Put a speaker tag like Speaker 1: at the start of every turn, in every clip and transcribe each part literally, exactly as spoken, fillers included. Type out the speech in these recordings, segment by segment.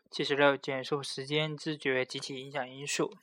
Speaker 1: 七十六，简述时间知觉及其影响因素。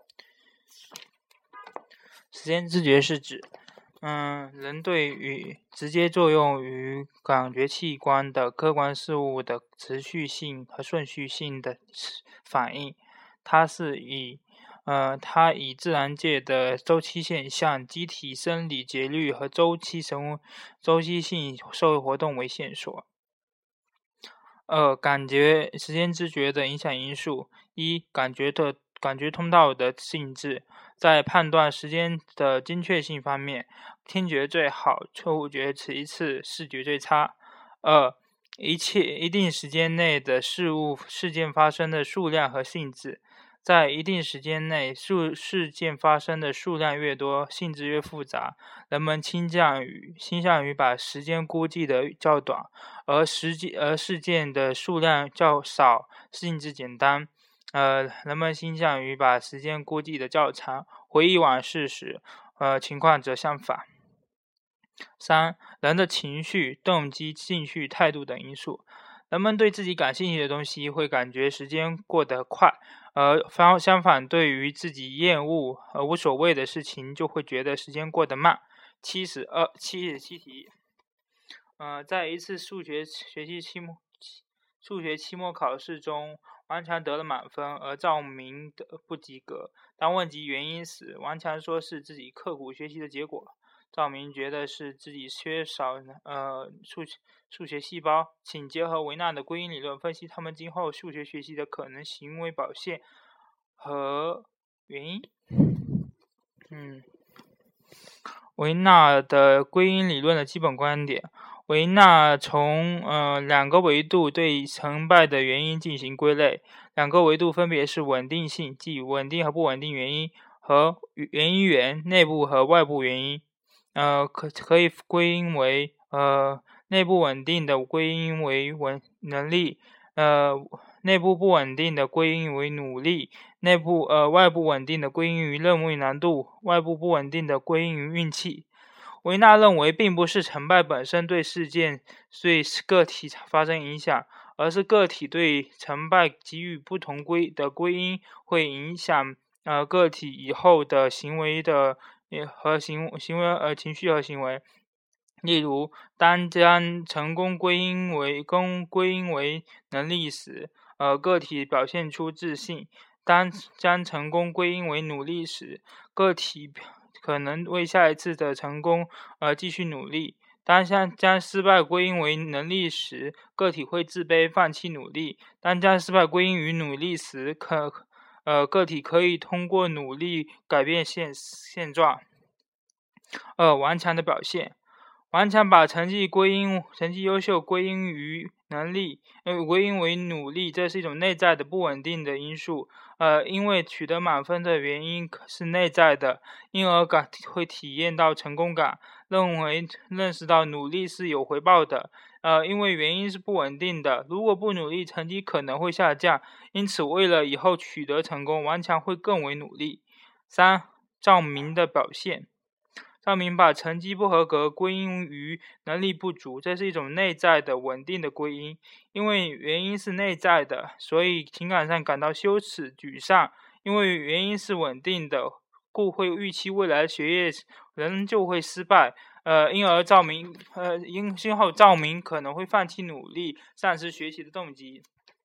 Speaker 1: 时间知觉是指，嗯，人对于直接作用于感觉器官的客观事物的持续性和顺序性的反应。它是以，呃，它以自然界的周期现象、机体生理节律和周期生周期性社会活动为线索。二、感觉时间知觉的影响因素。一、感觉的感觉通道的性质。在判断时间的精确性方面，听觉最好，触觉其次，视觉最差。二、一切一定时间内的事物事件发生的数量和性质。在一定时间内，数事件发生的数量越多，性质越复杂，人们倾向于倾向于把时间估计的较短，而实际而事件的数量较少，性质简单。呃，人们倾向于把时间估计的较长，回忆往事时，呃，情况则相反。三、人的情绪、动机、兴趣、态度等因素。人们对自己感兴趣的东西会感觉时间过得快，而相相反，对于自己厌恶和无所谓的事情，就会觉得时间过得慢。七十二七十七题。呃，在一次数学学习期末数学期末考试中，王强得了满分，而赵明的不及格。当问及原因时，王强说是自己刻苦学习的结果，赵明觉得是自己缺少呃数数学细胞。请结合维纳的归因理论分析他们今后数学学习的可能行为表现和原因。嗯，维纳的归因理论的基本观点。维纳从呃两个维度对成败的原因进行归类，两个维度分别是稳定性，即稳定和不稳定原因，和原因源，内部和外部原因。呃，可可以归因为呃内部稳定的归因为稳能力，呃内部不稳定的归因为努力，内部呃外部稳定的归因于任务难度，外部不稳定的归因于运气。维纳认为，并不是成败本身对事件对个体发生影响，而是个体对成败给予不同归的归因，会影响呃个体以后的行为的和行行为呃情绪和行为。例如，当将成功归因为公归因为能力时，呃个体表现出自信；当将成功归因为努力时，个体可能为下一次的成功而继续努力。当将将失败归因为能力时，个体会自卑，放弃努力。当将失败归因于努力时，可呃个体可以通过努力改变现现状。二、顽强的表现。顽强把成绩归因成绩优秀归因于能力，呃，归因为努力，这是一种内在的不稳定的因素。呃，因为取得满分的原因是内在的，因而感会体验到成功感，认为认识到努力是有回报的。呃，因为原因是不稳定的，如果不努力，成绩可能会下降。因此，为了以后取得成功，顽强会更为努力。三、赵明的表现。赵明把成绩不合格归因于能力不足，这是一种内在的稳定的归因。因为原因是内在的，所以情感上感到羞耻、沮丧。因为原因是稳定的，故会预期未来学业仍旧会失败。呃，因而赵明，呃，因今后赵明可能会放弃努力，丧失学习的动机。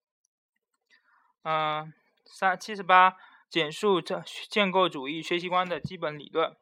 Speaker 1: 嗯、呃，三七十八，简述这建构主义学习观的基本理论。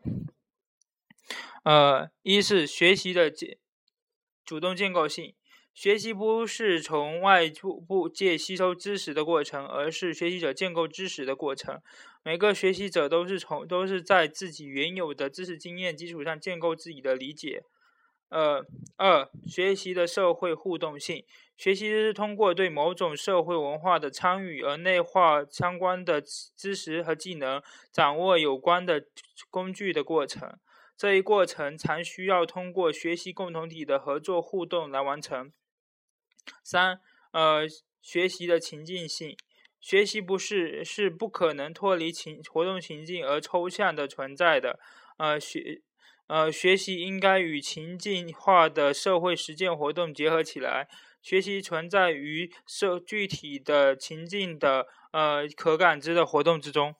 Speaker 1: 呃，一是学习的主动建构性。学习不是从外部界吸收知识的过程，而是学习者建构知识的过程。每个学习者都是从都是在自己原有的知识经验基础上建构自己的理解。呃，二、学习的社会互动性。学习是通过对某种社会文化的参与而内化相关的知识和技能，掌握有关的工具的过程。这一过程常需要通过学习共同体的合作互动来完成。三、呃，学习的情境性。学习不是是不可能脱离情活动情境而抽象的存在的。呃，学呃学习应该与情境化的社会实践活动结合起来。 学习存在于社具体的情境的呃可感知的活动之中。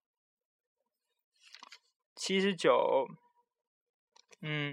Speaker 1: 七十九，嗯，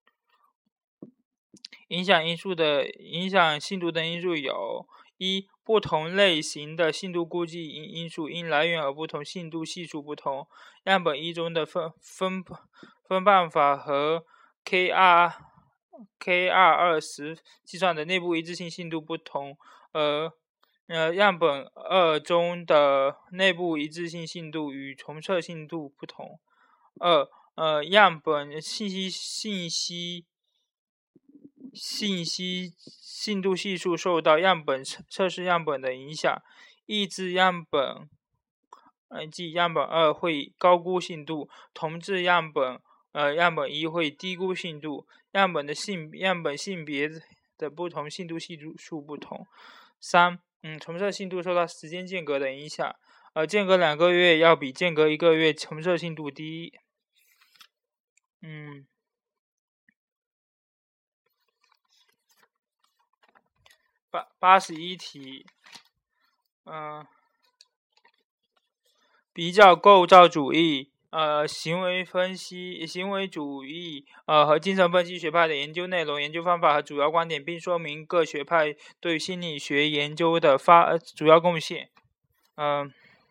Speaker 1: 影响因素的影响信度的因素有：一、不同类型的信度估计因素因来源而不同，信度系数不同。样本一中的分分分办法和 K R K R 二十计算的内部一致性信度不同，而呃样本二中的内部一致性信度与重测信度不同。二、呃样本信息信息信息信度系数受到样本测试样本的影响，抑制样本呃即样本二会高估信度，同质样本呃样本一会低估信度。样本的性样本性别的不同，信度系数不同。三、嗯重测信度受到时间间隔的影响，呃间隔两个月要比间隔一个月重测信度低。嗯。八八十一题，嗯、呃，比较构造主义、呃行为分析、行为主义呃和精神分析学派的研究内容、研究方法和主要观点，并说明各学派对心理学研究的发主要贡献。嗯、呃，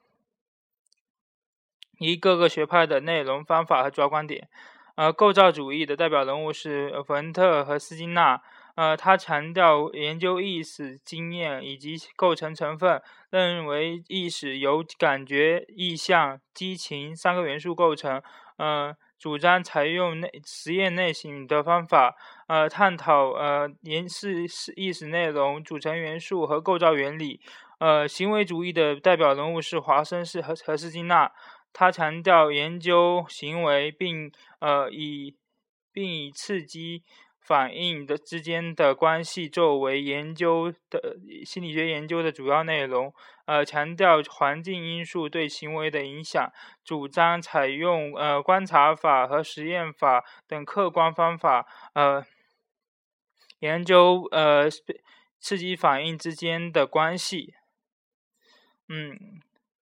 Speaker 1: 一各个学派的内容、方法和主要观点。呃，构造主义的代表人物是冯特和斯金纳。呃，他强调研究意识、经验以及构成成分，认为意识由感觉、意象、激情三个元素构成。呃，主张采用内实验类型的方法，呃，探讨呃研识意识内容、组成元素和构造原理。呃，行为主义的代表人物是华生士和和斯金纳。他强调研究行为，并呃以并以刺激反应的之间的关系作为研究的心理学研究的主要内容。呃，强调环境因素对行为的影响，主张采用呃观察法和实验法等客观方法，呃研究呃刺激反应之间的关系。嗯。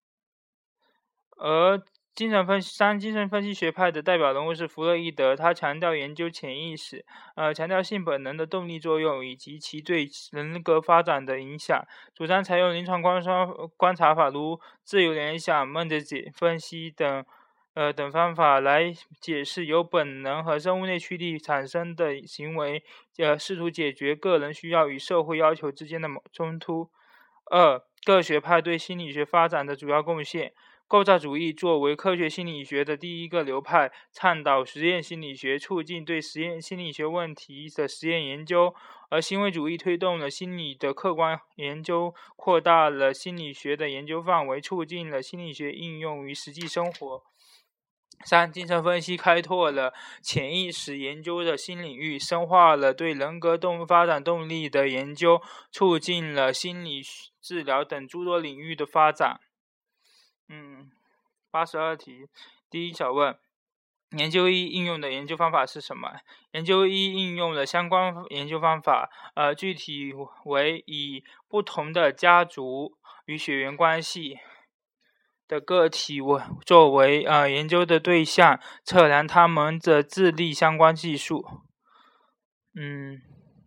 Speaker 1: 而精神分析三精神分析学派的代表人物是弗洛伊德，他强调研究潜意识，呃，强调性本能的动力作用以及其对人格发展的影响，主张采用临床观察观察法，如自由联想、梦的解分析等，呃等方法来解释由本能和生物内驱力产生的行为，呃，试图解决个人需要与社会要求之间的冲突。二、各学派对心理学发展的主要贡献。构造主义作为科学心理学的第一个流派，倡导实验心理学，促进对实验心理学问题的实验研究；而行为主义推动了心理的客观研究，扩大了心理学的研究范围，促进了心理学应用于实际生活。三、精神分析开拓了潜意识研究的新领域，深化了对人格动发展动力的研究，促进了心理治疗等诸多领域的发展。嗯，八十二题，第一小问，研究一应用的研究方法是什么？研究一应用了相关研究方法，呃，具体为以不同的家族与血缘关系的个体为作为呃研究的对象，测量他们的智力相关系数。嗯。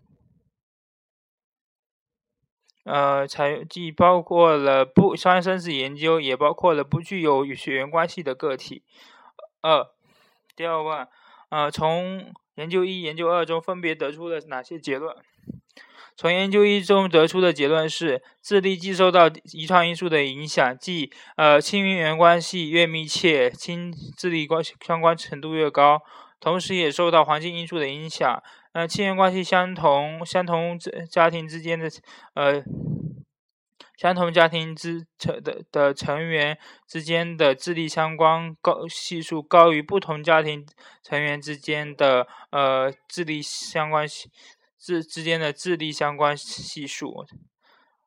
Speaker 1: 呃，采既包括了不相生子研究，也包括了不具有血缘关系的个体。二，第二问，呃，从研究一、研究二中分别得出了哪些结论？从研究一中得出的结论是，智力既受到遗传因素的影响，即呃亲缘关系越密切，亲智力关系相关程度越高，同时也受到环境因素的影响。呃，亲缘关系相同，相同家庭之间的呃，相同家庭之成的的成员之间的智力相关高系数高于不同家庭成员之间的呃智力相关系之之间的智力相关系数。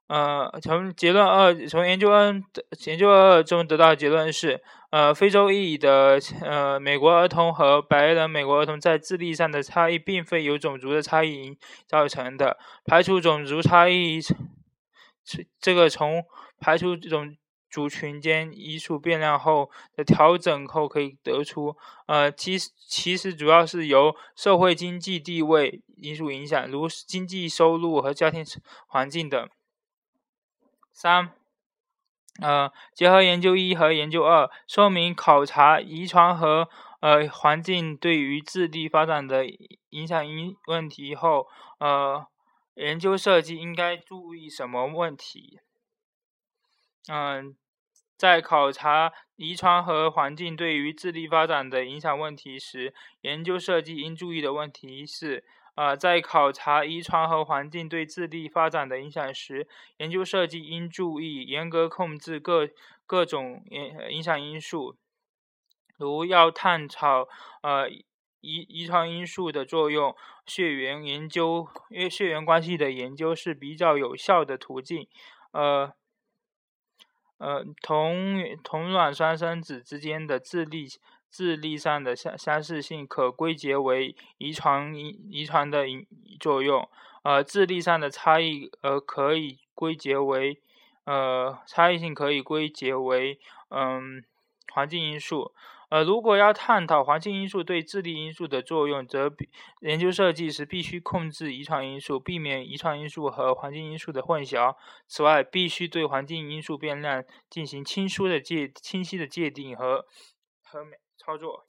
Speaker 1: 呃，从结论二，从研究二研究二中得到的结论是，呃，非洲裔的呃美国儿童和白人美国儿童在智力上的差异，并非由种族的差异造成的。排除种族差异，这个从排除这种族群间因素变量后的调整后可以得出，呃，其实其实主要是由社会经济地位因素影响，如经济收入和家庭环境等。三，呃，结合研究一和研究二，说明考察遗传和呃环境对于智力发展的影响因问题后，呃，研究设计应该注意什么问题？嗯、呃，在考察遗传和环境对于智力发展的影响问题时，研究设计应注意的问题是。呃，在考察遗传和环境对智力发展的影响时，研究设计应注意严格控制各各种影响因素，如要探讨呃遗遗传因素的作用，血缘研究，因为血缘关系的研究是比较有效的途径。呃呃，同同卵双生子之间的智力智力上的相相似性可归结为遗传遗传的作用，呃，智力上的差异呃可以归结为呃差异性可以归结为嗯环境因素。呃，如果要探讨环境因素对智力因素的作用，则研究设计时必须控制遗传因素，避免遗传因素和环境因素的混淆。此外，必须对环境因素变量进行清晰的界清晰的界定和和操作。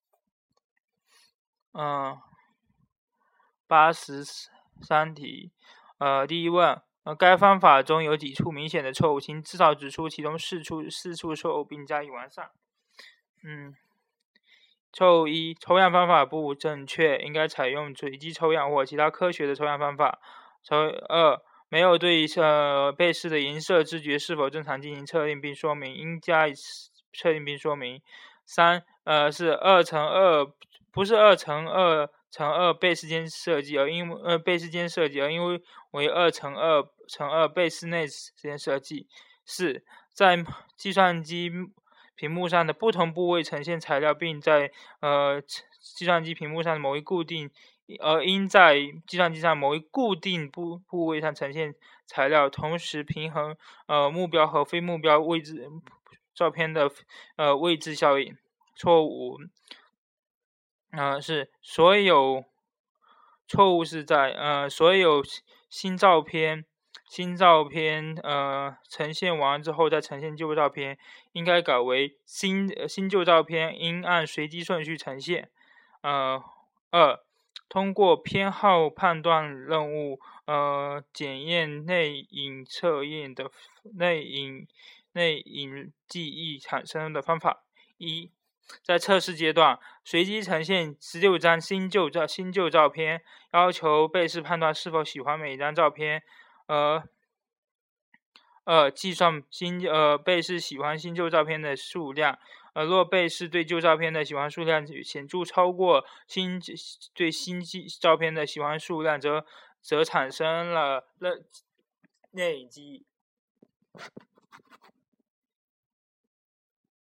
Speaker 1: 嗯，八十三题，呃，第一问，呃，该方法中有几处明显的错误，请至少指出其中四处四处错误，并加以完善。嗯。错误一，抽样方法不正确，应该采用随机抽样或其他科学的抽样方法。抽二，没有对呃被试的颜色知觉是否正常进行测定并说明，应加以测定并说明。三，呃是二乘二，不是二乘二乘二倍式间设计，而因呃倍式间设计，而因为为二乘二乘二倍式内时间设计。四，在计算机屏幕上的不同部位呈现材料，并在呃计算机屏幕上某一固定，而应在计算机上某一固定部部位上呈现材料，同时平衡呃目标和非目标位置照片的呃位置效应。错误，呃是所有错误是在呃所有新照片。新照片呃呈现完之后再呈现旧照片，应该改为新呃新旧照片应按随机顺序呈现。呃二，通过偏好判断任务呃检验内隐测验的内隐内隐记忆产生的方法。一，在测试阶段，随机呈现十六张新旧照新旧照片，要求被试判断是否喜欢每一张照片。呃，二，计算新呃被试喜欢新旧照片的数量。呃，若被试对旧照片的喜欢数量显著超过新对新照片的喜欢数量，则则产生了内隐记忆。